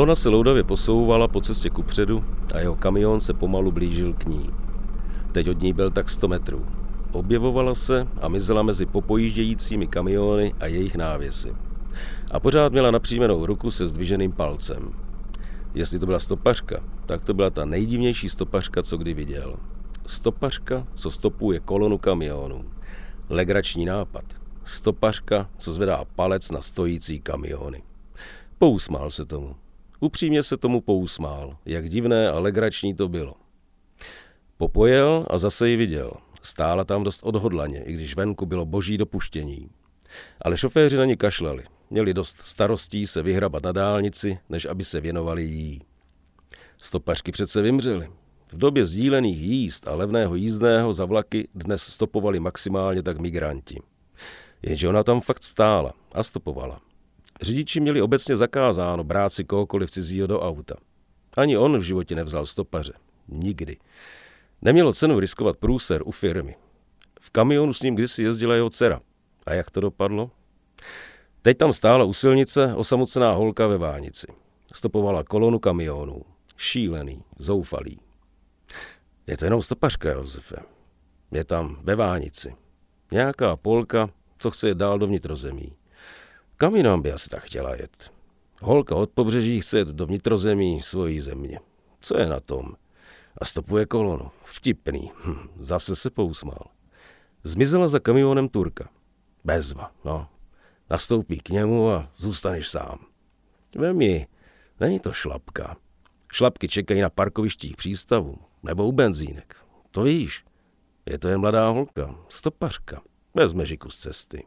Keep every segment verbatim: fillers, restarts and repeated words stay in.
Kolona se loudavě posouvala po cestě kupředu a jeho kamion se pomalu blížil k ní. Teď od ní byl tak sto metrů. Objevovala se a mizela mezi popojíždějícími kamiony a jejich návěsy. A pořád měla napřímenou ruku se zdviženým palcem. Jestli to byla stopařka, tak to byla ta nejdivnější stopařka, co kdy viděl. Stopařka, co stopuje kolonu kamionů. Legrační nápad. Stopařka, co zvedá palec na stojící kamiony. Pousmál se tomu. Upřímně se tomu pousmál, jak divné a legrační to bylo. Popojel a zase ji viděl. Stála tam dost odhodlaně, i když venku bylo boží dopuštění. Ale šoféři na ní kašlali. Měli dost starostí se vyhrabat na dálnici, než aby se věnovali jí. Stopařky přece vymřely. V době sdílených jízd a levného jízdného za vlaky dnes stopovali maximálně tak migranti. Jenže ona tam fakt stála a stopovala. Řidiči měli obecně zakázáno brát si kohokoliv cizího do auta. Ani on v životě nevzal stopaře. Nikdy. Nemělo cenu riskovat průser u firmy. V kamionu s ním kdysi jezdila jeho dcera. A jak to dopadlo? Teď tam stála u silnice osamocená holka ve vánici. Stopovala kolonu kamionů. Šílený, zoufalý. Je to jenom stopařka, Josefe. Je tam ve vánici. Nějaká Polka, co chce jet dál do vnitrozemí. Kam jinam by asi tak chtěla jet? Holka od pobřeží chce jet do vnitrozemí svojí země. Co je na tom? A stopuje kolonu. Vtipný. Hm, zase se pousmál. Zmizela za kamionem Turka. Bezva, no. Nastoupí k němu a zůstaneš sám. Vem ji, není to šlapka. Šlapky čekají na parkovištích přístavu nebo u benzínek. To víš. Je to jen mladá holka, stopařka. Vezmeš ji kus cesty.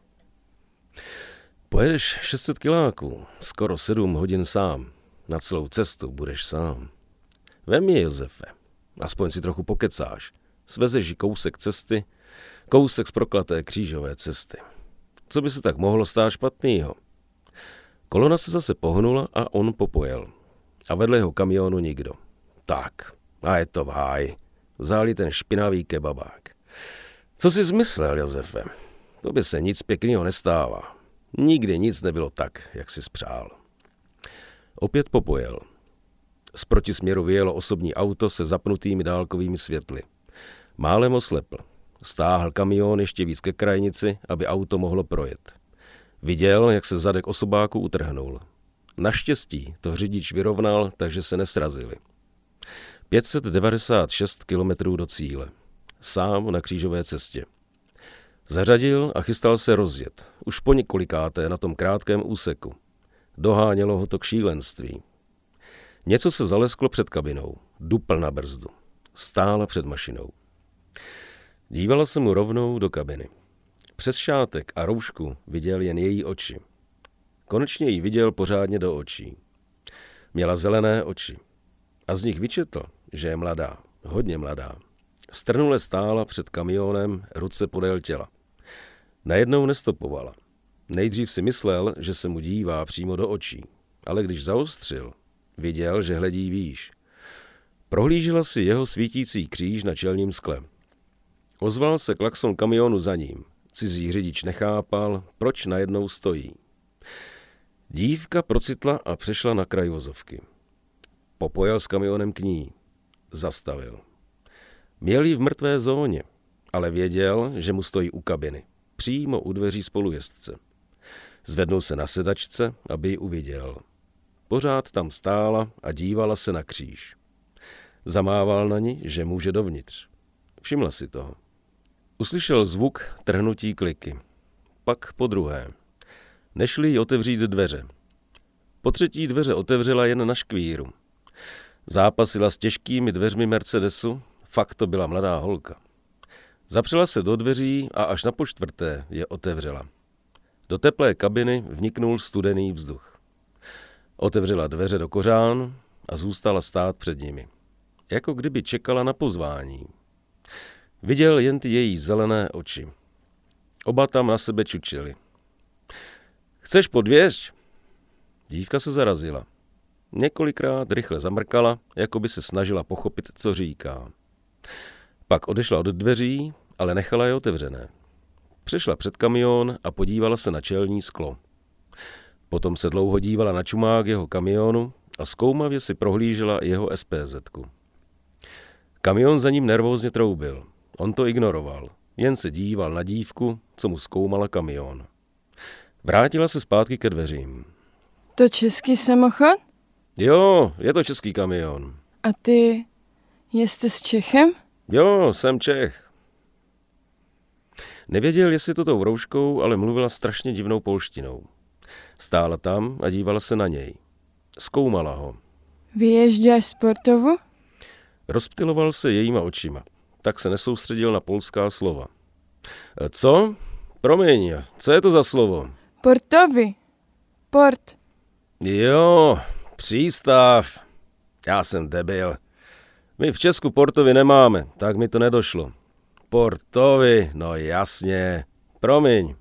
Pojedeš šest set kiláků, skoro sedm hodin sám. Na celou cestu budeš sám. Vem ji, Josefe. Aspoň si trochu pokecáš. Svezeš ji kousek cesty, kousek z proklaté křížové cesty. Co by se tak mohlo stát špatnýho? Kolona se zase pohnula a on popojel. A vedle jeho kamionu nikdo. Tak, a je to v háji. Vzali ten špinavý kebabák. Co jsi zmyslel, Josefe? To by se nic pěkného nestává. Nikdy nic nebylo tak, jak si spřál. Opět popojel. Z protisměru vyjelo osobní auto se zapnutými dálkovými světly. Málem oslepl. Stáhl kamion ještě víc ke krajnici, aby auto mohlo projet. Viděl, jak se zadek osobáku utrhnul. Naštěstí to řidič vyrovnal, takže se nesrazili. pět set devadesát šest kilometrů do cíle. Sám na křížové cestě. Zařadil a chystal se rozjet. Už po několikáté na tom krátkém úseku. Dohánělo ho to k šílenství. Něco se zalesklo před kabinou. Dupl na brzdu. Stála před mašinou. Dívala se mu rovnou do kabiny. Přes šátek a roušku viděl jen její oči. Konečně jí viděl pořádně do očí. Měla zelené oči. A z nich vyčetl, že je mladá, hodně mladá. Strnule stála před kamionem, ruce podél těla. Najednou nestopovala. Nejdřív si myslel, že se mu dívá přímo do očí, ale když zaostřil, viděl, že hledí výš. Prohlížela si jeho svítící kříž na čelním skle. Ozval se klakson kamionu za ním. Cizí řidič nechápal, proč najednou stojí. Dívka procitla a přešla na kraj vozovky. Popojel s kamionem k ní. Zastavil. Měl ji v mrtvé zóně, ale věděl, že mu stojí u kabiny. Přímo u dveří spolujezdce. Zvednul se na sedačce, aby ji uviděl. Pořád tam stála a dívala se na kříž. Zamával na ní, že může dovnitř. Všimla si toho. Uslyšel zvuk trhnutí kliky. Pak po druhé. Nešli jí otevřít dveře. Po třetí dveře otevřela jen na škvíru. Zápasila s těžkými dveřmi Mercedesu, fakt to byla mladá holka. Zapřela se do dveří a až na počtvrté je otevřela. Do teplé kabiny vniknul studený vzduch. Otevřela dveře do kořán a zůstala stát před nimi. Jako kdyby čekala na pozvání. Viděl jen ty její zelené oči. Oba tam na sebe čučeli. Chceš podvěst? Dívka se zarazila. Několikrát rychle zamrkala, jako by se snažila pochopit, co říká. Pak odešla od dveří, ale nechala je otevřené. Přešla před kamion a podívala se na čelní sklo. Potom se dlouho dívala na čumák jeho kamionu a zkoumavě si prohlížela jeho es pé zetku. Kamion za ním nervózně troubil. On to ignoroval. Jen se díval na dívku, co mu zkoumala kamion. Vrátila se zpátky ke dveřím. To český samochod? Jo, je to český kamion. A ty, jste s Čechem? Jo, jsem Čech. Nevěděl, jestli to tou rouškou, ale mluvila strašně divnou polštinou. Stála tam a dívala se na něj. Zkoumala ho. Vyježděš z Portovu? Rozptyloval se jejíma očima. Tak se nesoustředil na polská slova. Co? Promiň, co je to za slovo? Portovi. Port. Jo, přístav. Já jsem debil. My v Česku Portovi nemáme, tak mi to nedošlo. Portovi, no jasně. Promiň.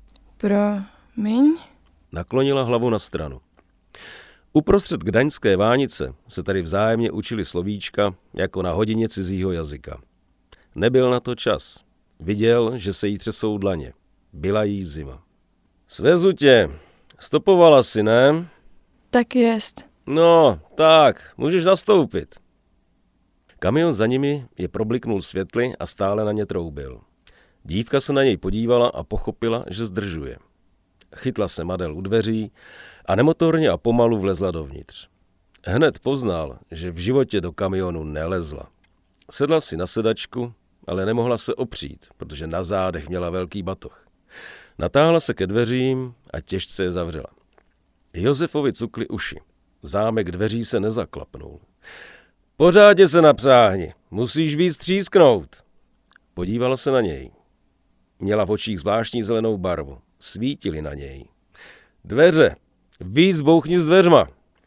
Promiň? Naklonila hlavu na stranu. Uprostřed gdaňské vánice se tady vzájemně učili slovíčka jako na hodině cizího jazyka. Nebyl na to čas. Viděl, že se jí třesou dlaně. Byla jí zima. Svezu tě. Stopovala si, ne? Tak jest. No, tak, můžeš nastoupit. Kamion za nimi je probliknul světly a stále na ně troubil. Dívka se na něj podívala a pochopila, že zdržuje. Chytla se madel u dveří a nemotorně a pomalu vlezla dovnitř. Hned poznal, že v životě do kamionu nelezla. Sedla si na sedačku, ale nemohla se opřít, protože na zádech měla velký batoh. Natáhla se ke dveřím a těžce je zavřela. Josefovi cukly uši. Zámek dveří se nezaklapnul. Pořádně se napřáhni, musíš víc třísknout. Podívala se na něj. Měla v očích zvláštní zelenou barvu. Svítily na něj. Dveře, víc bouchni s dveřma.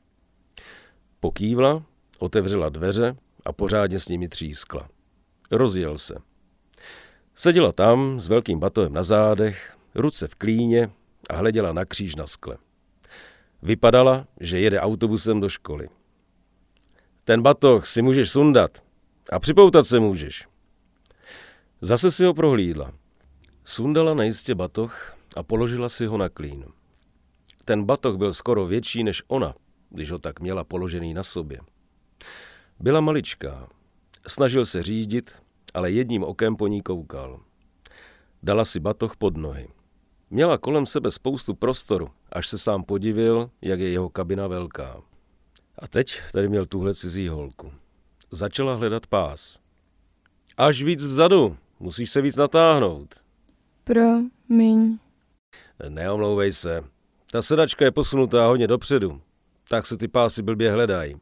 Pokývla, otevřela dveře a pořádně s nimi třískla. Rozjel se. Seděla tam s velkým batohem na zádech, ruce v klíně a hleděla na kříž na skle. Vypadala, že jede autobusem do školy. Ten batoh si můžeš sundat a připoutat se můžeš. Zase si ho prohlídla. Sundala najistě batoh a položila si ho na klín. Ten batoh byl skoro větší než ona, když ho tak měla položený na sobě. Byla maličká. Snažil se řídit, ale jedním okem po ní koukal. Dala si batoh pod nohy. Měla kolem sebe spoustu prostoru, až se sám podivil, jak je jeho kabina velká. A teď tady měl tuhle cizí holku. Začala hledat pás. Až víc vzadu, musíš se víc natáhnout. Promiň. Neomlouvej se. Ta sedačka je posunutá hodně dopředu, tak se ty pásy blbě hledají.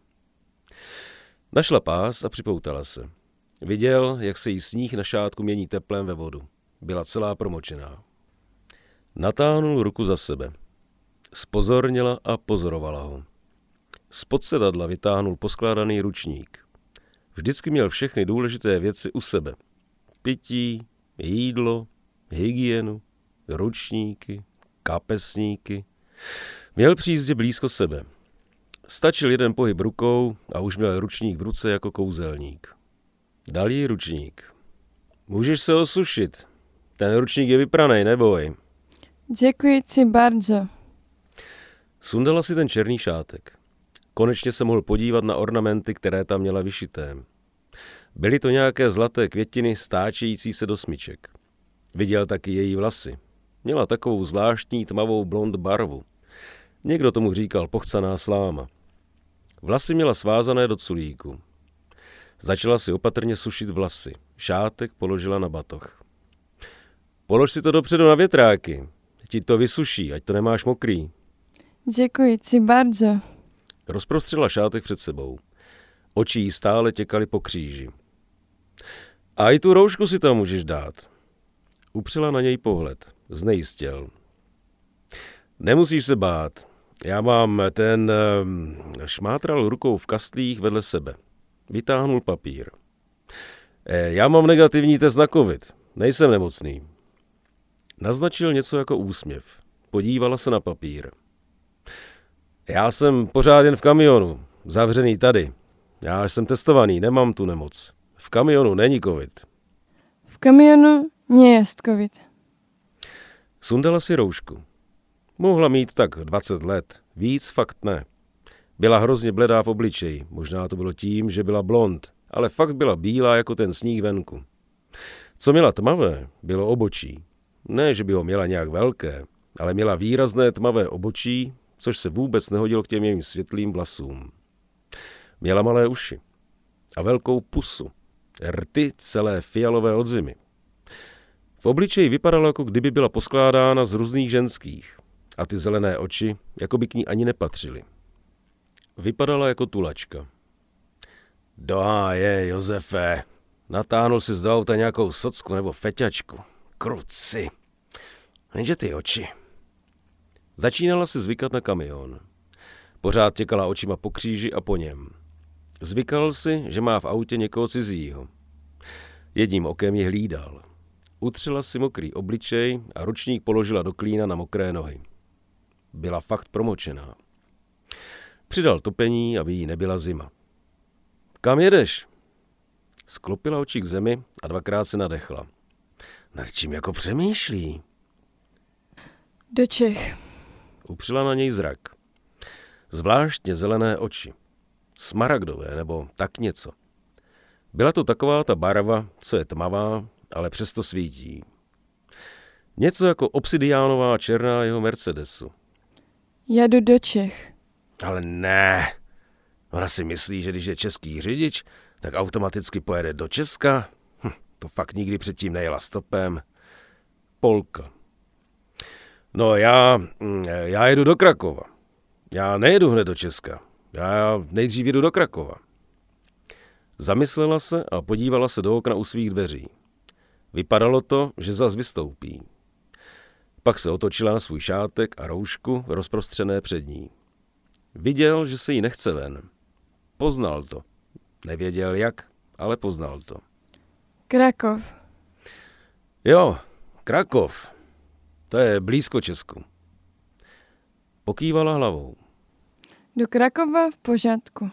Našla pás a připoutala se. Viděl, jak se jí sníh na šátku mění teplem ve vodu. Byla celá promočená. Natáhnul ruku za sebe. Zpozornila a pozorovala ho. Spod sedadla vytáhnul poskládaný ručník. Vždycky měl všechny důležité věci u sebe. Pití, jídlo, hygienu, ručníky, kapesníky. Měl při jízdě blízko sebe. Stačil jeden pohyb rukou a už měl ručník v ruce jako kouzelník. Dal jí ručník. Můžeš se osušit. Ten ručník je vypranej, neboj. Děkuji ti bardzo. Sundala si ten černý šátek. Konečně se mohl podívat na ornamenty, které tam měla vyšité. Byly to nějaké zlaté květiny stáčející se do smyček. Viděl taky její vlasy. Měla takovou zvláštní tmavou blond barvu. Někdo tomu říkal pochcaná sláma. Vlasy měla svázané do culíku. Začala si opatrně sušit vlasy. Šátek položila na batoh. Polož si to dopředu na větráky. Ti to vysuší, ať to nemáš mokrý. Děkuji ti bardzo. Rozprostřela šátek před sebou. Oči jí stále těkaly po kříži. A i tu roušku si tam můžeš dát. Upřela na něj pohled. Znejistěl. Nemusíš se bát. Já mám ten... Šmátral rukou v kastlích vedle sebe. Vytáhnul papír. Já mám negativní test na covid. Nejsem nemocný. Naznačil něco jako úsměv. Podívala se na papír. Já jsem pořád jen v kamionu. Zavřený tady. Já jsem testovaný, nemám tu nemoc. V kamionu není covid. V kamionu nie jest covid. Sundala si roušku. Mohla mít tak dvacet let. Víc fakt ne. Byla hrozně bledá v obličeji, možná to bylo tím, že byla blond, ale fakt byla bílá jako ten sníh venku. Co měla tmavé, bylo obočí. Ne, že by ho měla nějak velké, ale měla výrazné tmavé obočí, což se vůbec nehodilo k těm jejím světlým vlasům. Měla malé uši a velkou pusu, rty celé fialové od zimy. V obličeji vypadalo, jako kdyby byla poskládána z různých ženských a ty zelené oči, jako by k ní ani nepatřily. Vypadala jako tulačka. Do háje, Josefe, natáhnul si z auta nějakou socku nebo feťačku. Kruci. Jenže ty oči. Začínala si zvykat na kamion. Pořád těkala očima po kříži a po něm. Zvykal si, že má v autě někoho cizího. Jedním okem ji hlídal. Utřela si mokrý obličej a ručník položila do klína na mokré nohy. Byla fakt promočená. Přidal topení, aby jí nebyla zima. Kam jedeš? Sklopila oči k zemi a dvakrát se nadechla. Nad čím jako přemýšlí? Do Čech. Upřela na něj zrak. Zvláštně zelené oči. Smaragdové nebo tak něco. Byla to taková ta barva, co je tmavá, ale přesto svítí. Něco jako obsidiánová černá jeho Mercedesu. Jedu do Čech. Ale ne. Ona si myslí, že když je český řidič, tak automaticky pojede do Česka. Hm, to fakt nikdy předtím nejela stopem. Polkl. No já, já jedu do Krakova. Já nejedu hned do Česka. Já nejdřív jedu do Krakova. Zamyslela se a podívala se do okna u svých dveří. Vypadalo to, že zas vystoupí. Pak se otočila na svůj šátek a roušku rozprostřené před ní. Viděl, že se jí nechce ven. Poznal to. Nevěděl jak, ale poznal to. Krakov. Jo, Krakov. To je blízko Česku. Pokývala hlavou. Do Krakova v pořádku.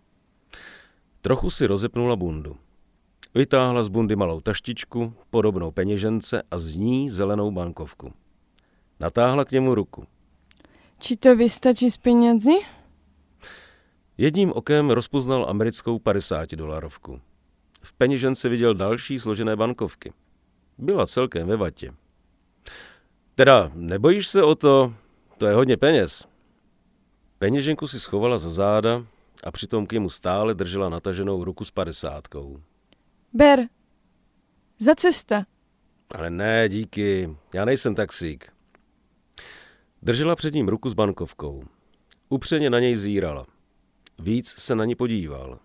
Trochu si rozepnula bundu. Vytáhla z bundy malou taštičku, podobnou peněžence a z ní zelenou bankovku. Natáhla k němu ruku. Či to vystačí z penězi? Jedním okem rozpoznal americkou padesátidolarovku. V peněžence viděl další složené bankovky. Byla celkem ve vatě. Teda, nebojíš se o to? To je hodně peněz. Peněženku si schovala za záda a přitom k němu stále držela nataženou ruku s padesátkou. Ber. Za cesta. Ale ne, díky, já nejsem taxík. Držela před ním ruku s bankovkou. Upřeně na něj zírala. Víc se na ní podíval.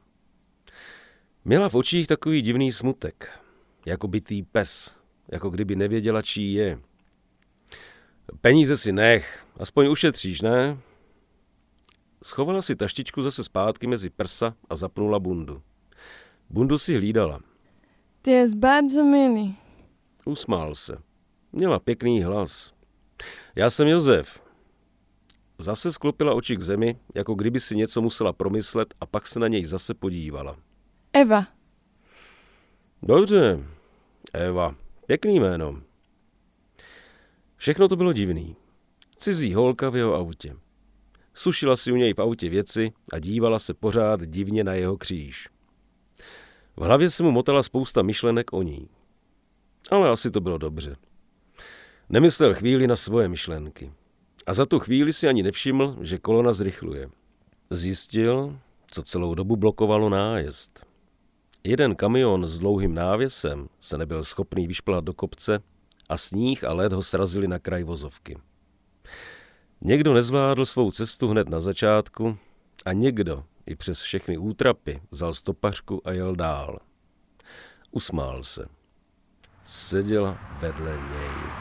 Měla v očích takový divný smutek, jako bitý pes, jako kdyby nevěděla, čí je. Peníze si nech, aspoň ušetříš, ne? Schovala si taštičku zase zpátky mezi prsa a zapnula bundu. Bundu si hlídala. Ty je bardzo milý. Usmál se. Měla pěkný hlas. Já jsem Josef. Zase sklopila oči k zemi, jako kdyby si něco musela promyslet a pak se na něj zase podívala. Eva. Dobře. Eva. Pěkný jméno. Všechno to bylo divný. Cizí holka v jeho autě. Sušila si u něj v autě věci a dívala se pořád divně na jeho kříž. V hlavě se mu motala spousta myšlenek o ní. Ale asi to bylo dobře. Nemyslel chvíli na svoje myšlenky. A za tu chvíli si ani nevšiml, že kolona zrychluje. Zjistil, co celou dobu blokovalo nájezd. Jeden kamion s dlouhým návěsem se nebyl schopný vyšplat do kopce a sníh a led ho srazili na kraj vozovky. Někdo nezvládl svou cestu hned na začátku a někdo i přes všechny útrapy vzal stopařku a jel dál. Usmál se. Seděla vedle něj.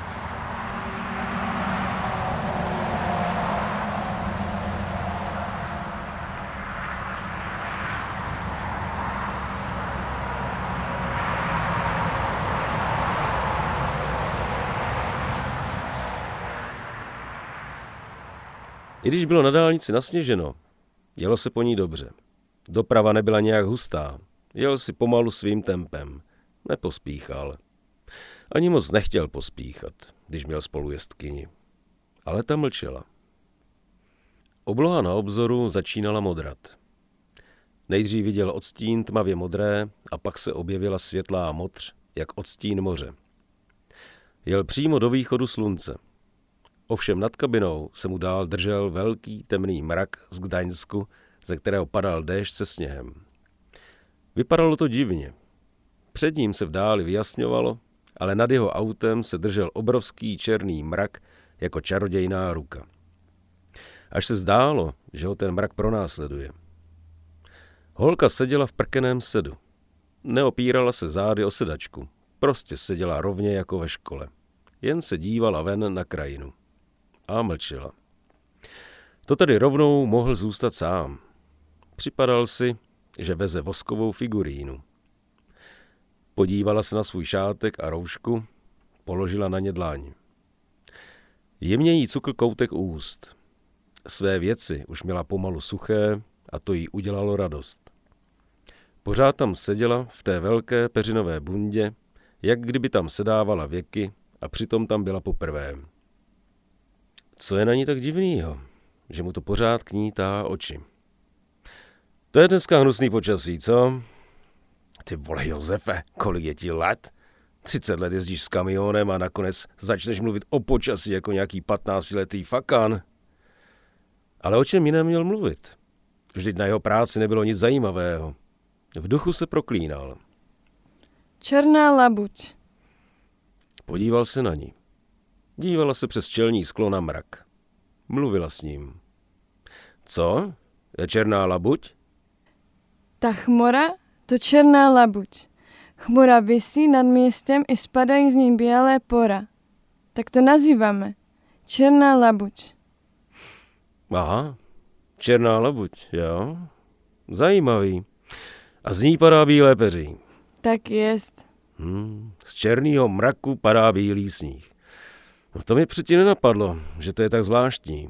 I když bylo na dálnici nasněženo, jelo se po ní dobře. Doprava nebyla nějak hustá, jel si pomalu svým tempem, nepospíchal. Ani moc nechtěl pospíchat, když měl spolujezdkyni. Ale ta mlčela. Obloha na obzoru začínala modrat. Nejdřív viděl odstín tmavě modré a pak se objevila světlá modř, jak odstín moře. Jel přímo do východu slunce. Ovšem nad kabinou se mu dál držel velký temný mrak z Gdaňsku, ze kterého padal déšť se sněhem. Vypadalo to divně. Před ním se v dáli vyjasňovalo, ale nad jeho autem se držel obrovský černý mrak jako čarodějná ruka. Až se zdálo, že ho ten mrak pronásleduje. Holka seděla v prkeném sedu. Neopírala se zády o sedačku. Prostě seděla rovně jako ve škole. Jen se dívala ven na krajinu. A mlčela. To tedy rovnou mohl zůstat sám. Připadal si, že veze voskovou figurínu. Podívala se na svůj šátek a roušku, položila na ně dláň. Jemně jí cukl koutek úst. Své věci už měla pomalu suché a to jí udělalo radost. Pořád tam seděla v té velké peřinové bundě, jak kdyby tam sedávala věky a přitom tam byla poprvé. Co je na ní tak divnýho, že mu to pořád k ní táhá oči? To je dneska hnusný počasí, co? Ty vole Josefe, kolik je ti let? třicet let jezdíš s kamionem a nakonec začneš mluvit o počasí jako nějaký patnáctiletý fakán. Ale o čem jiném měl mluvit? Vždyť na jeho práci nebylo nic zajímavého. V duchu se proklínal. Černá labuť. Podíval se na ní. Dívala se přes čelní sklo na mrak. Mluvila s ním. Co? Je černá labuť? Ta chmura, to černá labuť. Chmura visí nad městem i spadají z ní bělé pora. Tak to nazýváme. Černá labuť. Aha, černá labuť, jo. Zajímavý. A z ní padá bílé peří. Tak jest. Hmm, z černýho mraku padá bílý sníh. No to mi předtím nenapadlo, že to je tak zvláštní.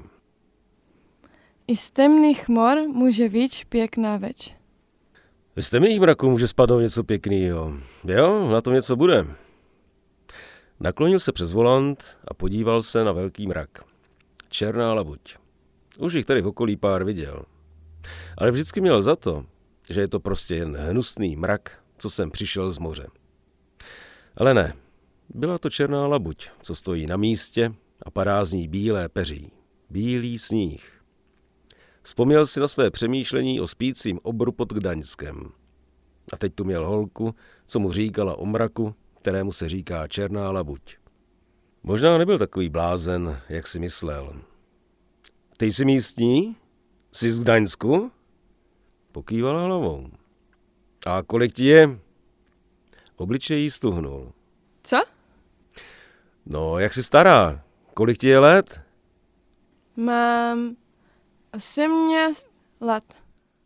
I z temných chmor může víc pěkná več. Z temných mraků může spadnout něco pěknýho. Jo, na tom něco bude. Naklonil se přes volant a podíval se na velký mrak. Černá labuť. Už jich tady v okolí pár viděl. Ale vždycky měl za to, že je to prostě jen hnusný mrak, co sem přišel z moře. Ale ne, byla to černá labuť, co stojí na místě a padá z ní bílé peří. Bílý sníh. Vzpomněl si na své přemýšlení o spícím obru pod Gdaňskem. A teď tu měl holku, co mu říkala o mraku, kterému se říká černá labuť. Možná nebyl takový blázen, jak si myslel. Ty jsi místní? Jsi z Gdaňsku? Pokývala hlavou. A kolik ti je? Obličej jí stuhnul. Co? No, jak jsi stará? Kolik ti je let? Mám osmnáct let.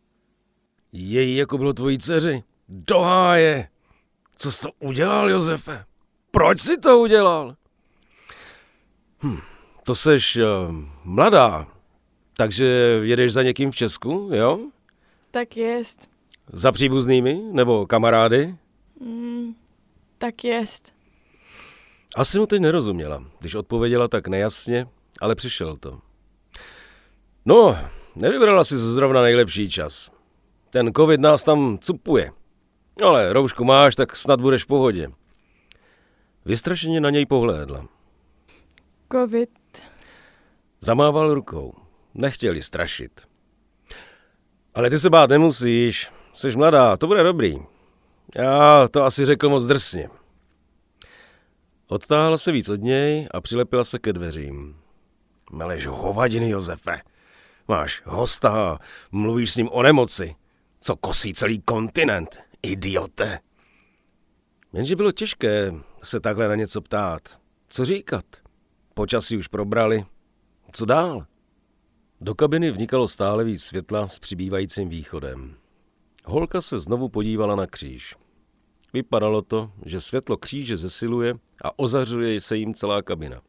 Její, jako bylo tvojí dceři. Do háje. Co jsi to udělal, Josefe? Proč jsi to udělal? Hm, to seš uh, mladá, takže jedeš za někým v Česku, jo? Tak jest. Za příbuznými nebo kamarády? Mm, tak jest. Asi mu teď nerozuměla, když odpověděla tak nejasně, ale přišel to. No, nevybrala si zrovna nejlepší čas. Ten covid nás tam cupuje. Ale roušku máš, tak snad budeš v pohodě. Vystrašeně na něj pohlédla. Covid. Zamával rukou. Nechtěli strašit. Ale ty se bát nemusíš. Jsi mladá, to bude dobrý. Já to asi řekl moc drsně. Odtáhla se víc od něj a přilepila se ke dveřím. Meleš hovadiny, Josefe. Máš hosta a mluvíš s ním o nemoci. Co kosí celý kontinent, idiote. Jenže bylo těžké se takhle na něco ptát. Co říkat? Počasí už probrali. Co dál? Do kabiny vnikalo stále víc světla s přibývajícím východem. Holka se znovu podívala na kříž. Vypadalo to, že světlo kříže zesiluje a ozařuje se jim celá kabina.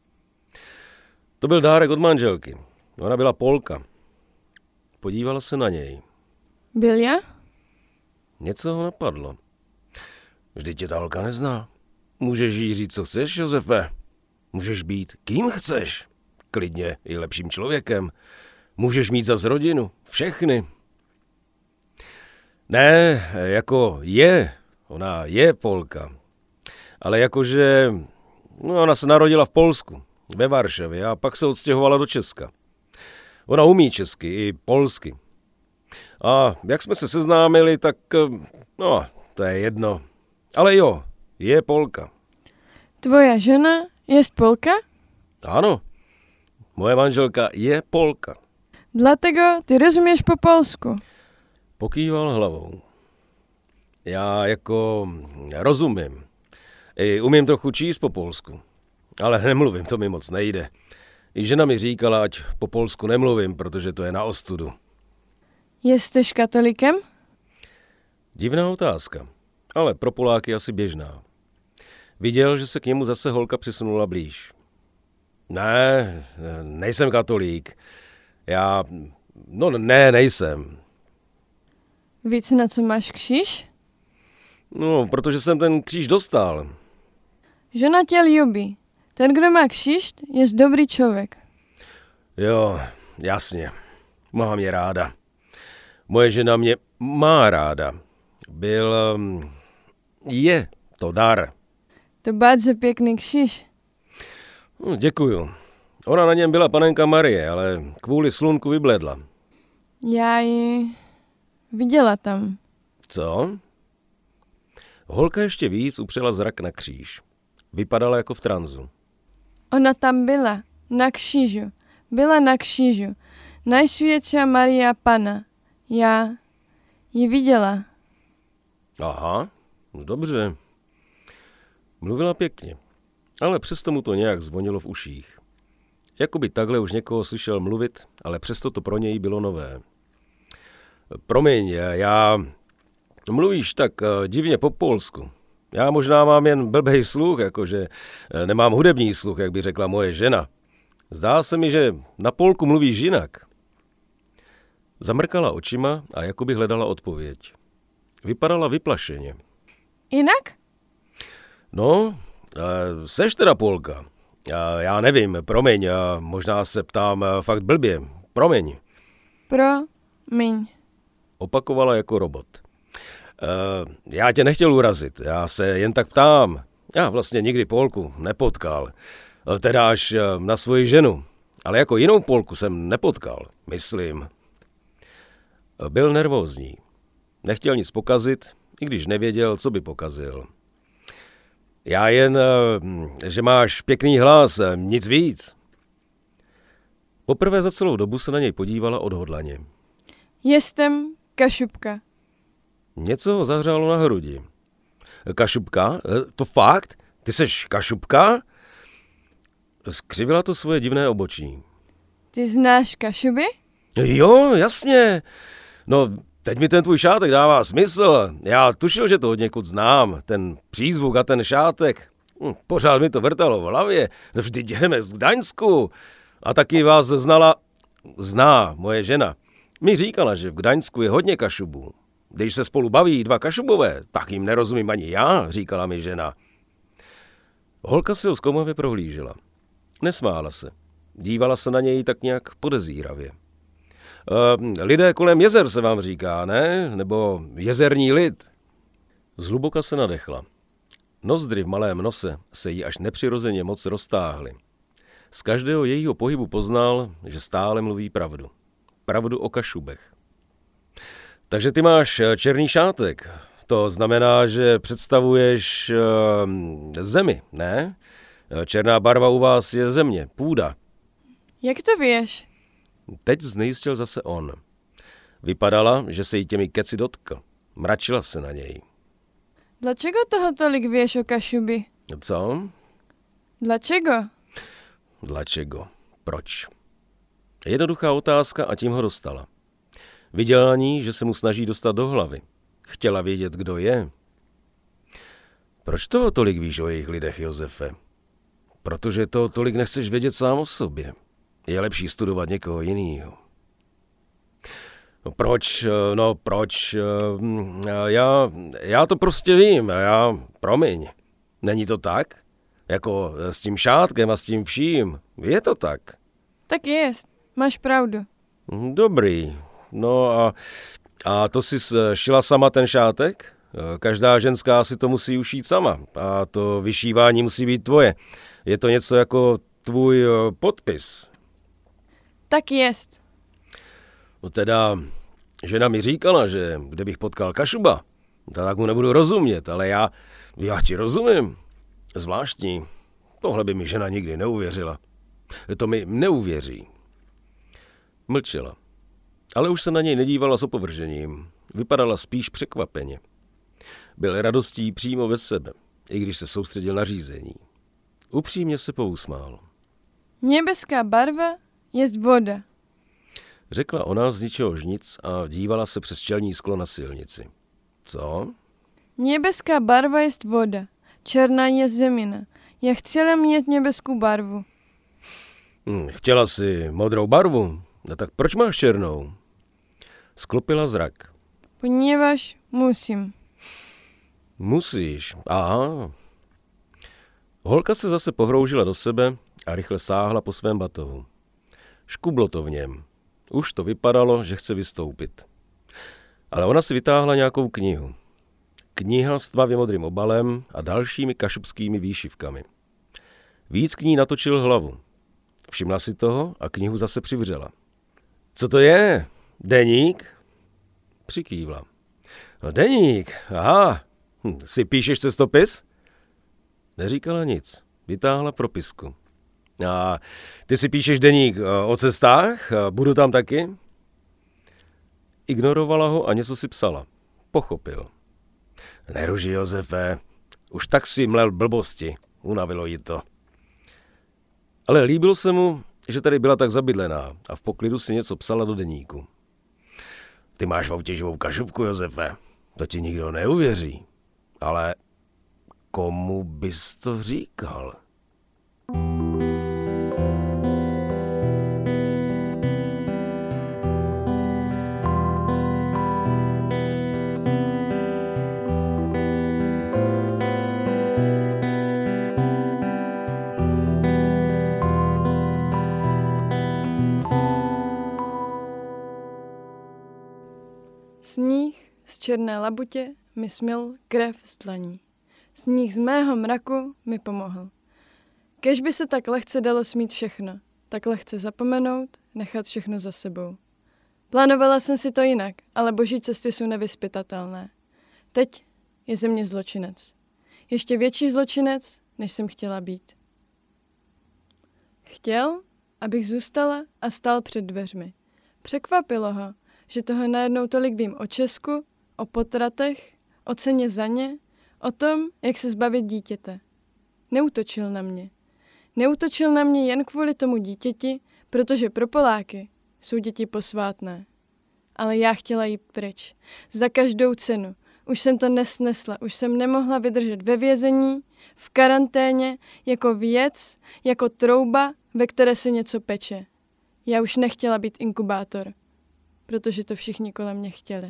To byl dárek od manželky. Ona byla Polka. Podívala se na něj. Byl já? Něco ho napadlo. Vždyť tě ta holka nezná. Můžeš jí říct, co chceš, Josefe. Můžeš být kým chceš. Klidně i lepším člověkem. Můžeš mít zas rodinu, všechny. Ne, jako je, ona je Polka. Ale jakože, no ona se narodila v Polsku, ve Varšavě a pak se odstěhovala do Česka. Ona umí česky i polsky. A jak jsme se seznámili, tak no, to je jedno. Ale jo, je Polka. Tvoja žena je Polka? Ano, moje manželka je Polka. Dlatego ty rozumieš po polsku. Pokýval hlavou. Já jako rozumím. I umím trochu číst po polsku. Ale nemluvím, to mi moc nejde. I žena mi říkala, ať po polsku nemluvím, protože to je na ostudu. Jesteś katolikem? Divná otázka, ale pro Poláky asi běžná. Viděl, že se k němu zase holka přisunula blíž. Ne, nejsem katolík. Já, no ne, nejsem. Víc na co máš kříž? No, protože jsem ten kříž dostal. Žena tě ljubí. Ten, kdo má kříž, je dobrý člověk. Jo, jasně. Má mě ráda. Moje žena mě má ráda. Byl, je to dar. To bardzo pěkný kříž. No, děkuju. Ona na něm byla panenka Marie, ale kvůli slunku vybledla. Já ji viděla tam. Co? Holka ještě víc upřela zrak na kříž. Vypadala jako v tranzu. Ona tam byla, na křížu. Byla na křížu. Najsvětší Maria Pana. Já ji viděla. Aha, dobře. Mluvila pěkně, ale přesto mu to nějak zvonilo v uších. Jakoby takhle už někoho slyšel mluvit, ale přesto to pro něj bylo nové. Promiň, já... Mluvíš tak divně po polsku. Já možná mám jen blbej sluch, jakože nemám hudební sluch, jak by řekla moje žena. Zdá se mi, že na Polku mluvíš jinak. Zamrkala očima a jakoby hledala odpověď. Vypadala vyplašeně. Jinak? No, seš teda Polka. Já nevím, promiň, možná se ptám fakt blbě. Promiň. Promiň. Opakovala jako robot. Já tě nechtěl urazit, já se jen tak ptám. Já vlastně nikdy Polku nepotkal. Teda až na svoji ženu. Ale jako jinou Polku jsem nepotkal, myslím. Byl nervózní. Nechtěl nic pokazit, i když nevěděl, co by pokazil. Já jen, že máš pěkný hlas, nic víc. Poprvé za celou dobu se na něj podívala odhodlaně. Jestem Kašubka. Něco ho zahřálo na hrudi. Kašubka? To fakt? Ty seš Kašubka? Skřivila to svoje divné obočí. Ty znáš Kašuby? Jo, jasně. No, teď mi ten tvůj šátek dává smysl. Já tušil, že to od někud znám. Ten přízvuk a ten šátek. Pořád mi to vrtalo v hlavě. Vždyť jdeme z Gdaňsku. A taky vás znala, zná moje žena. Mi říkala, že v Gdaňsku je hodně Kašubů. Když se spolu baví dva Kašubové, tak jim nerozumím ani já, říkala mi žena. Holka si ho zkoumavě prohlížela. Nesmála se. Dívala se na něj tak nějak podezíravě. E, lidé kolem jezer se vám říká, ne? Nebo jezerní lid. Zhluboka se nadechla. Nozdry v malém nose se jí až nepřirozeně moc roztáhly. Z každého jejího pohybu poznal, že stále mluví pravdu. Pravdu o Kašubech. Takže ty máš černý šátek. To znamená, že představuješ uh, zemi, ne? Černá barva u vás je země, půda. Jak to víš? Teď znejistil zase on. Vypadala, že se jí těmi keci dotkl. Mračila se na něj. Dlaczego toho tolik víš o Kašubi? Co? Dlaczego? Dlaczego? Proč? Jednoduchá otázka a tím ho dostala. Viděl na ní, že se mu snaží dostat do hlavy. Chtěla vědět, kdo je. Proč toho tolik víš o jejich lidech, Josefe? Protože toho tolik nechceš vědět sám o sobě. Je lepší studovat někoho jiného. No proč, no proč, já, já to prostě vím, já, promiň. Není to tak? Jako s tím šátkem a s tím vším, je to tak. Tak jest, máš pravdu. Dobrý. No a, a to jsi šila sama ten šátek? Každá ženská si to musí ušít sama a to vyšívání musí být tvoje. Je to něco jako tvůj podpis. Tak jest. No teda, žena mi říkala, že kdybych potkal Kašuba, tak mu nebudu rozumět, ale já, já ti rozumím. Zvláštní. Tohle by mi žena nikdy neuvěřila. To mi neuvěří. Mlčela. Ale už se na něj nedívala s opovržením. Vypadala spíš překvapeně. Byl radostí přímo ve sebe, i když se soustředil na řízení. Upřímně se pousmál. Nebeská barva jest voda. Řekla ona z ničehož nic a dívala se přes čelní sklo na silnici. Co? Nebeská barva jest voda. Černá je zemina. Já chtěla mít nebeskou barvu. Hm, chtěla jsi modrou barvu? No tak proč máš černou? Sklopila zrak. Poněvadž musím. Musíš. Aha. Holka se zase pohroužila do sebe a rychle sáhla po svém batohu. Škublo to v něm. Už to vypadalo, že chce vystoupit. Ale ona si vytáhla nějakou knihu. Kniha s tmavě modrým obalem a dalšími kašubskými výšivkami. Víc k ní natočil hlavu. Všimla si toho a knihu zase přivřela. Co to je? Deník? Přikývla. No deník, aha. Hm, si píšeš cestopis? Neříkala nic. Vytáhla propisku. A ty si píšeš deník o cestách? Budu tam taky? Ignorovala ho a něco si psala. Pochopil. Neruži, Josefe. Už tak si mlel blbosti. Unavilo jí to. Ale líbilo se mu, že tady byla tak zabydlená a v poklidu si něco psala do deníku. Ty máš v autě živou kašubku, Josefe. To ti nikdo neuvěří. Ale komu bys to říkal? Sníh z černé labutě mi smil krev z dlaní. Sníh z mého mraku mi pomohl. Kéž by se tak lehce dalo smít všechno, tak lehce zapomenout, nechat všechno za sebou. Plánovala jsem si to jinak, ale boží cesty jsou nevyzpytatelné. Teď je ze mě zločinec. Ještě větší zločinec, než jsem chtěla být. Chtěl, abych zůstala a stál před dveřmi. Překvapilo ho, že toho najednou tolik vím o Česku, o potratech, o ceně za ně, o tom, jak se zbavit dítěte. Neútočil na mě. Neútočil na mě jen kvůli tomu dítěti, protože pro Poláky jsou děti posvátné. Ale já chtěla jít pryč. Za každou cenu. Už jsem to nesnesla, už jsem nemohla vydržet ve vězení, v karanténě, jako věc, jako trouba, ve které se něco peče. Já už nechtěla být inkubátor, protože to všichni kolem mě chtěli.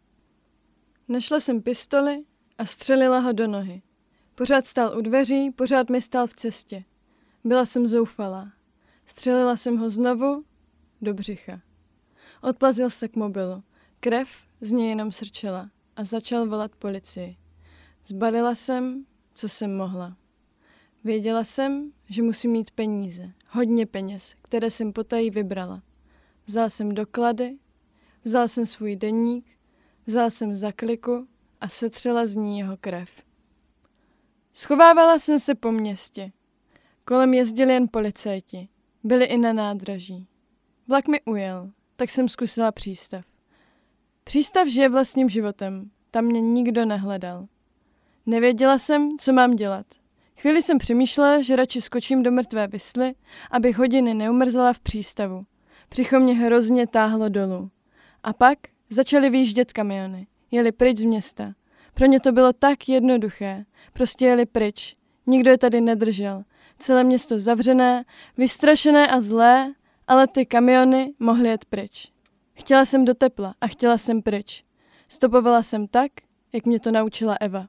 Našla jsem pistoli a střelila ho do nohy. Pořád stál u dveří, pořád mi stál v cestě. Byla jsem zoufalá. Střelila jsem ho znovu do břicha. Odplazil se k mobilu. Krev z něj jenom srčela a začal volat policii. Zbalila jsem, co jsem mohla. Věděla jsem, že musím mít peníze, hodně peněz, které jsem potají vybrala. Vzal jsem doklady, vzal jsem svůj deník, vzal jsem zakliku a setřela z ní jeho krev. Schovávala jsem se po městě. Kolem jezdili jen policajti. Byli i na nádraží. Vlak mi ujel, tak jsem zkusila přístav. Přístav žije vlastním životem, tam mě nikdo nehledal. Nevěděla jsem, co mám dělat. Chvíli jsem přemýšlela, že radši skočím do mrtvé visly, abych hodiny neumrzela v přístavu. Břicho mě hrozně táhlo dolů. A pak začaly výjíždět kamiony. Jeli pryč z města. Pro ně to bylo tak jednoduché. Prostě jeli pryč. Nikdo je tady nedržel. Celé město zavřené, vystrašené a zlé, ale ty kamiony mohly jet pryč. Chtěla jsem do tepla a chtěla jsem pryč. Stopovala jsem tak, jak mě to naučila Eva.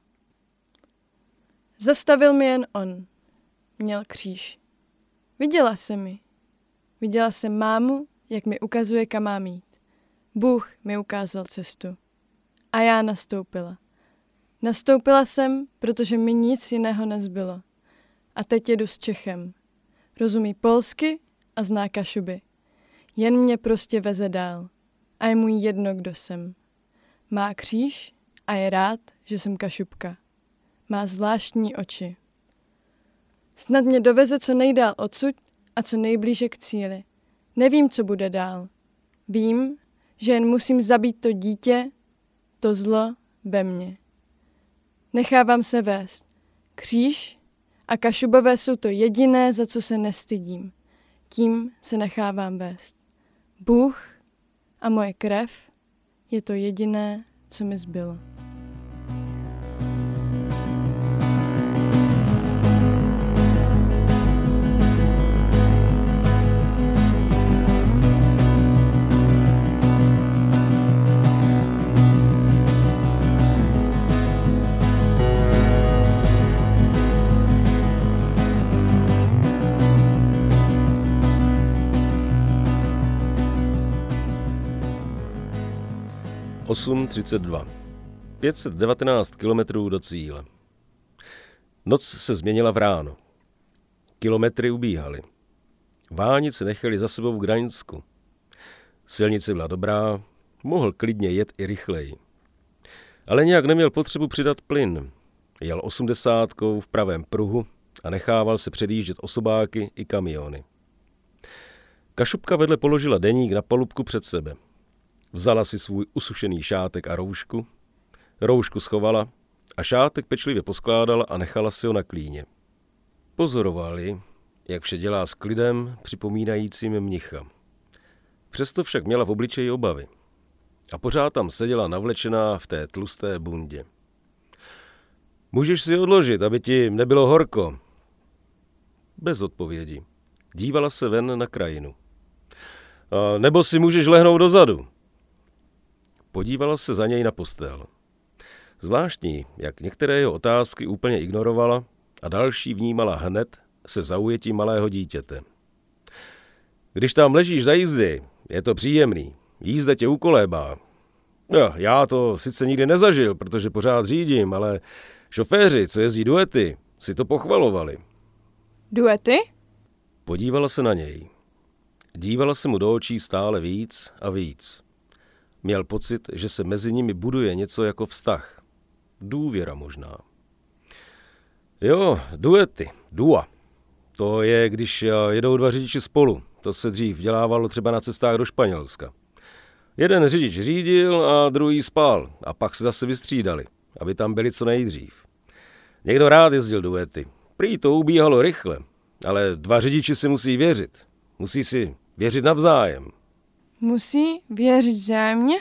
Zastavil mi jen on. Měl kříž. Viděla jsem ji. Viděla jsem mámu jak mi ukazuje, kam mám jít. Bůh mi ukázal cestu. A já nastoupila. Nastoupila jsem, protože mi nic jiného nezbylo. A teď jedu s Čechem. Rozumí polsky a zná Kašuby. Jen mě prostě veze dál. A je mu jedno, kdo jsem. Má kříž a je rád, že jsem Kašubka. Má zvláštní oči. Snad mě doveze co nejdál odsud a co nejblíže k cíli. Nevím, co bude dál. Vím, že jen musím zabít to dítě, to zlo ve mně. Nechávám se vést. Kříž a Kašubové jsou to jediné, za co se nestydím. Tím se nechávám vést. Bůh a moje krev je to jediné, co mi zbylo. osm třicet dva. pět set devatenáct kilometrů do cíle. Noc se změnila v ráno. Kilometry ubíhaly. Vánice nechali za sebou v Gdaňsku. Silnice byla dobrá, mohl klidně jet i rychleji. Ale nějak neměl potřebu přidat plyn. Jel osmdesátkou v pravém pruhu a nechával se předjíždět osobáky i kamiony. Kašubka vedle položila deník na palubku před sebe. Vzala si svůj usušený šátek a roušku, roušku schovala a šátek pečlivě poskládala a nechala si ho na klíně. Pozorovali, jak vše dělá s klidem připomínajícím mnicha. Přesto však měla v obličeji obavy a pořád tam seděla navlečená v té tlusté bundě. Můžeš si odložit, aby ti nebylo horko? Bez odpovědi. Dívala se ven na krajinu. A nebo si můžeš lehnout dozadu. Podívala se za něj na postel. Zvláštní, jak některé jeho otázky úplně ignorovala a další vnímala hned se zaujetím malého dítěte. Když tam ležíš za jízdy, je to příjemný. Jízda tě ukolébá. No, já to sice nikdy nezažil, protože pořád řídím, ale šoféři, co jezdí duety, si to pochvalovali. Duety? Podívala se na něj. Dívala se mu do očí stále víc a víc. Měl pocit, že se mezi nimi buduje něco jako vztah. Důvěra možná. Jo, duety, dua. To je, když jedou dva řidiči spolu. To se dřív dělávalo třeba na cestách do Španělska. Jeden řidič řídil a druhý spal a pak se zase vystřídali, aby tam byli co nejdřív. Někdo rád jezdil duety. Prý to ubíhalo rychle, ale dva řidiči si musí věřit. Musí si věřit navzájem. Musí věřit vzájemně?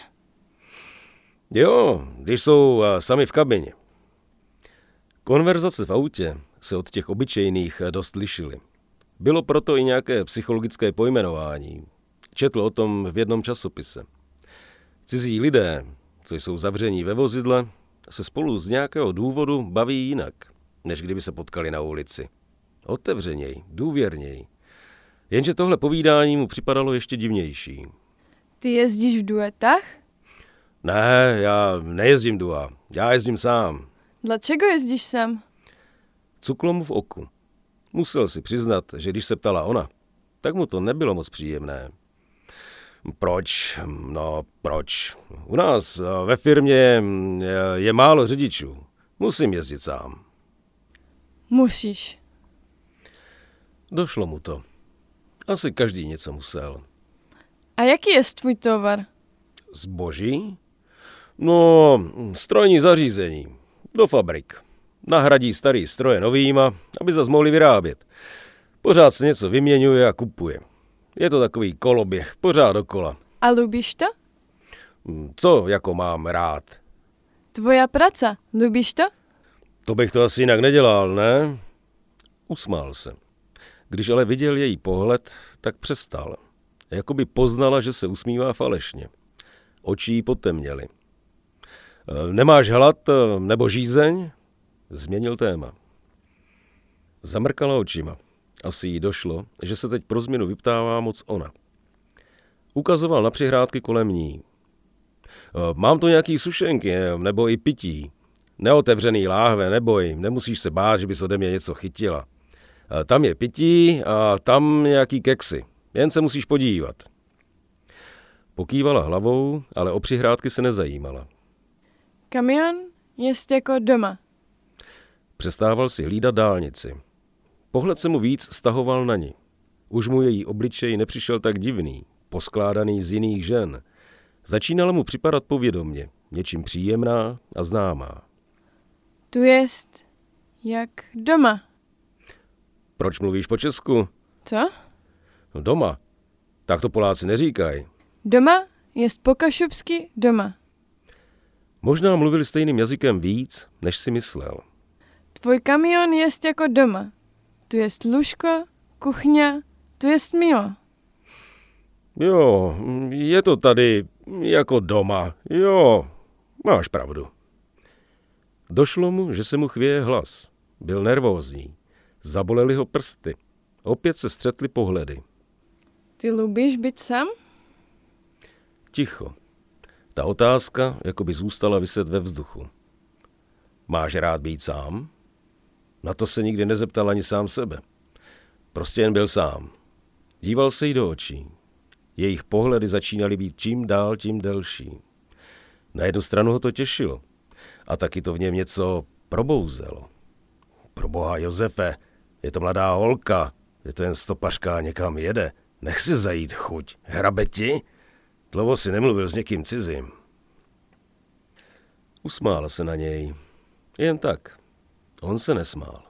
Jo, když jsou sami v kabině. Konverzace v autě se od těch obyčejných dost lišily. Bylo proto i nějaké psychologické pojmenování. Četl o tom v jednom časopise. Cizí lidé, co jsou zavření ve vozidle, se spolu z nějakého důvodu baví jinak, než kdyby se potkali na ulici. Otevřeněji, důvěrněji. Jenže tohle povídání mu připadalo ještě divnější. Ty jezdíš v duetách? Ne, já nejezdím dua, já jezdím sám. Dlačego jezdíš sám? Cuklo mu v oku. Musel si přiznat, že když se ptala ona, tak mu to nebylo moc příjemné. Proč? No, proč? U nás ve firmě je, je málo řidičů. Musím jezdit sám. Musíš. Došlo mu to. Asi každý něco musel. A jaký je tvůj tovar? Zboží? No, strojní zařízení. Do fabrik. Nahradí starý stroje novýma, aby zas mohli vyrábět. Pořád se něco vyměňuje a kupuje. Je to takový koloběh, pořád dokola. A lubíš to? Co jako mám rád? Tvoja práce, lubíš to? To bych to asi jinak nedělal, ne? Usmál se. Když ale viděl její pohled, tak přestal. Jakoby poznala, že se usmívá falešně. Oči jí potemněly. Nemáš hlad nebo žízeň? Změnil téma. Zamrkala očima. Asi jí došlo, že se teď pro změnu vyptává moc ona. Ukazoval na přihrádky kolem ní. Mám tu nějaký sušenky, nebo i pití. Neotevřený láhve, neboj, nemusíš se bát, že bys ode mě něco chytila. Tam je pití a tam nějaký keksy. Jen se musíš podívat. Pokývala hlavou, ale o přihrádky se nezajímala. Kamion jest jako doma. Přestával si hlídat dálnici. Pohled se mu víc stahoval na ní. Už mu její obličej nepřišel tak divný, poskládaný z jiných žen. Začínala mu připadat povědomně, něčím příjemná a známá. Tu jest jak doma. Proč mluvíš po česku? Co? No doma. Tak to Poláci neříkají. Doma jest po kašubsky doma. Možná mluvili stejným jazykem víc, než si myslel. Tvoj kamion jest jako doma. Tu jest lůžko, kuchňa, tu jest mio. Jo, je to tady jako doma. Jo, máš pravdu. Došlo mu, že se mu chvěje hlas. Byl nervózní. Zabolely ho prsty. Opět se střetly pohledy. Ty lubíš být sám? Ticho. Ta otázka jako by zůstala viset ve vzduchu. Máš rád být sám? Na to se nikdy nezeptal ani sám sebe. Prostě jen byl sám. Díval se jí do očí. Jejich pohledy začínaly být čím dál tím delší. Na jednu stranu ho to těšilo. A taky to v něm něco probouzelo. Proboha Josefe, je to mladá holka, je to jen stopařka a někam jede. Nech si zajít chuť. Hrabe ti? Dlouho si nemluvil s někým cizím. Usmála se na něj. Jen tak. On se nesmál.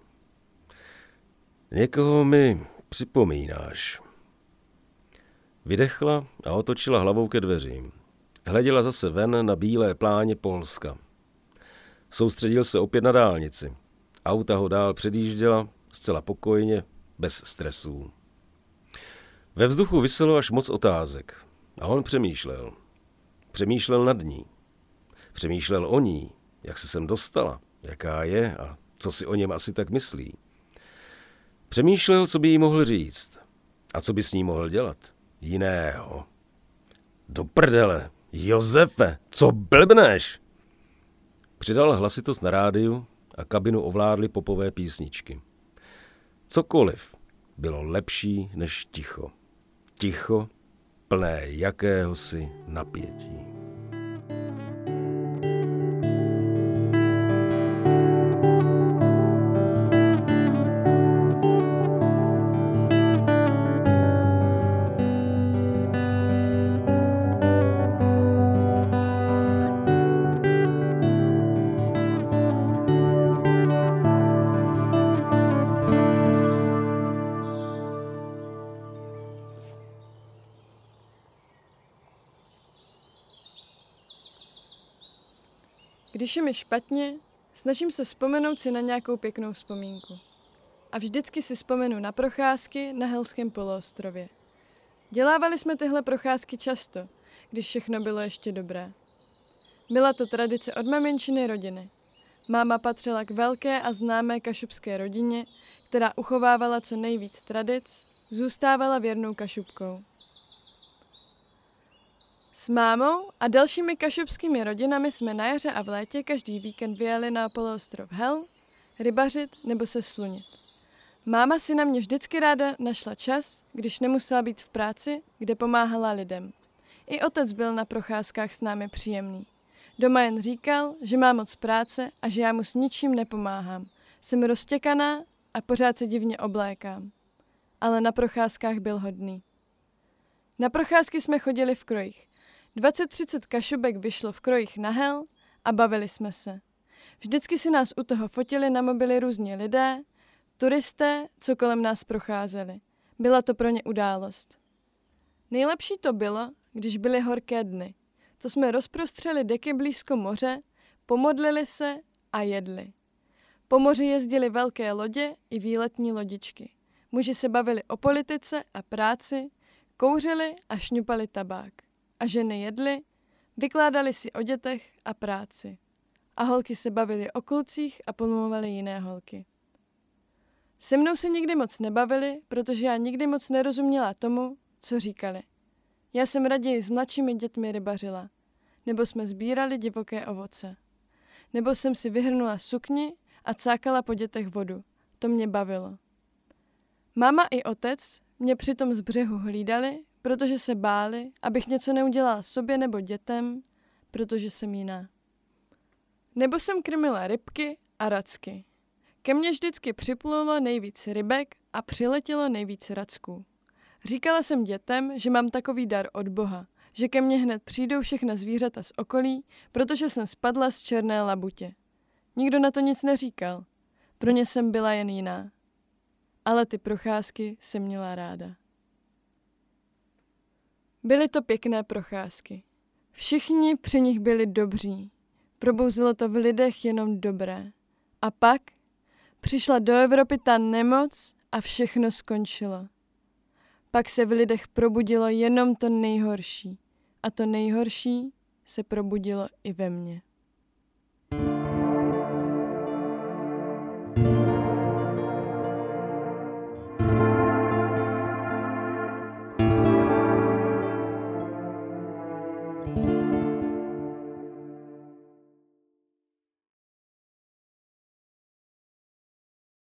Někoho mi připomínáš. Vydechla a otočila hlavou ke dveřím. Hleděla zase ven na bílé pláně Polska. Soustředil se opět na dálnici. Auta ho dál předjížděla, zcela pokojně, bez stresů. Ve vzduchu viselo až moc otázek. A on přemýšlel. Přemýšlel nad ní. Přemýšlel o ní, jak se sem dostala, jaká je a co si o něm asi tak myslí. Přemýšlel, co by jí mohl říct a co by s ní mohl dělat. Jiného. Do prdele, Josefe, co blbneš? Přidal hlasitost na rádiu a kabinu ovládly popové písničky. Cokoliv bylo lepší než ticho. Ticho, plné jakéhosi napětí. Když je mi špatně, snažím se vzpomenout si na nějakou pěknou vzpomínku. A vždycky si vzpomenu na procházky na Helském poloostrově. Dělávali jsme tyhle procházky často, když všechno bylo ještě dobré. Byla to tradice od maminčiny rodiny. Máma patřila k velké a známé kašubské rodině, která uchovávala co nejvíc tradic, zůstávala věrnou Kašubkou. S mámou a dalšími kašubskými rodinami jsme na jaře a v létě každý víkend vyjeli na poloostrov Hel, rybařit nebo se slunit. Máma si na mě vždycky ráda našla čas, když nemusela být v práci, kde pomáhala lidem. I otec byl na procházkách s námi příjemný. Doma jen říkal, že má moc práce a že já mu s ničím nepomáhám. Jsem roztěkaná a pořád se divně oblékám. Ale na procházkách byl hodný. Na procházky jsme chodili v krojích. dvacet třicet kašubek vyšlo v krojích na Hel a bavili jsme se. Vždycky si nás u toho fotili na mobily různí lidé, turisté, co kolem nás procházeli. Byla to pro ně událost. Nejlepší to bylo, když byly horké dny. To jsme rozprostřeli deky blízko moře, pomodlili se a jedli. Po moři jezdily velké lodě i výletní lodičky. Muži se bavili o politice a práci, kouřili a šňupali tabák. A ženy jedly, vykládali si o dětech a práci. A holky se bavily o klucích a pomlouvaly jiné holky. Se mnou se nikdy moc nebavili, protože já nikdy moc nerozuměla tomu, co říkali. Já jsem raději s mladšími dětmi rybařila. Nebo jsme sbírali divoké ovoce. Nebo jsem si vyhrnula sukni a cákala po dětech vodu. To mě bavilo. Máma i otec mě přitom z břehu hlídali, protože se báli, abych něco neudělala sobě nebo dětem, protože jsem jiná. Nebo jsem krmila rybky a racky. Ke mně vždycky připlulo nejvíc rybek a přiletělo nejvíc racků. Říkala jsem dětem, že mám takový dar od Boha, že ke mně hned přijdou všechna zvířata z okolí, protože jsem spadla z černé labutě. Nikdo na to nic neříkal. Pro ně jsem byla jen jiná. Ale ty procházky jsem měla ráda. Byly to pěkné procházky. Všichni při nich byli dobří. Probouzelo to v lidech jenom dobré. A pak přišla do Evropy ta nemoc a všechno skončilo. Pak se v lidech probudilo jenom to nejhorší. A to nejhorší se probudilo i ve mně. thank you